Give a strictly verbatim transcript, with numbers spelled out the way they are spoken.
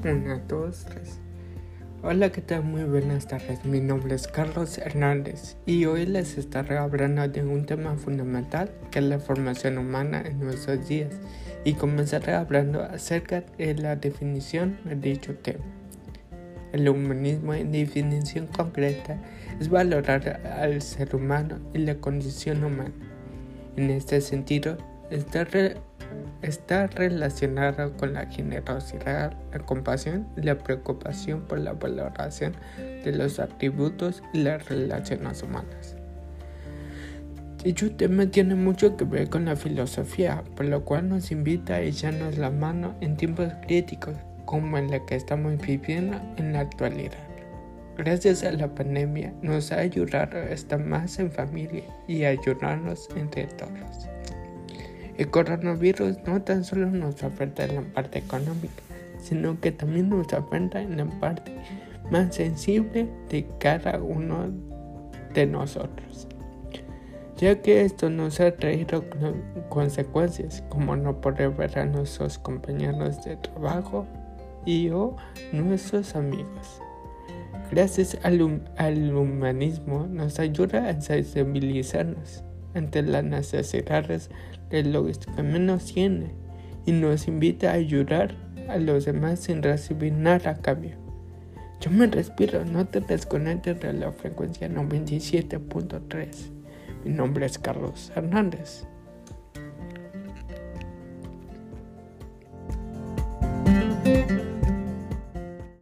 Una, dos, tres. Hola, ¿qué tal? Muy buenas tardes. Mi nombre es Carlos Hernández y hoy les estaré hablando de un tema fundamental que es la formación humana en nuestros días, y comenzaré hablando acerca de la definición de dicho tema. El humanismo, en definición concreta, es valorar al ser humano y la condición humana. En este sentido, está re- Está relacionado con la generosidad, la compasión y la preocupación por la valoración de los atributos y las relaciones humanas. Dicho tema tiene mucho que ver con la filosofía, por lo cual nos invita a echarnos la mano en tiempos críticos como en la que estamos viviendo en la actualidad. Gracias a la pandemia nos ha ayudado a estar más en familia y a ayudarnos entre todos. El coronavirus no tan solo nos afecta en la parte económica, sino que también nos afecta en la parte más sensible de cada uno de nosotros, ya que esto nos ha traído consecuencias como no poder ver a nuestros compañeros de trabajo y o nuestros amigos. Gracias al, hum- al humanismo nos ayuda a sensibilizarnos ante las necesidades de los que menos tienen y nos invita a ayudar a los demás sin recibir nada a cambio. Yo me respiro, no te desconectes de la frecuencia noventa y siete punto tres. Mi nombre es Carlos Hernández.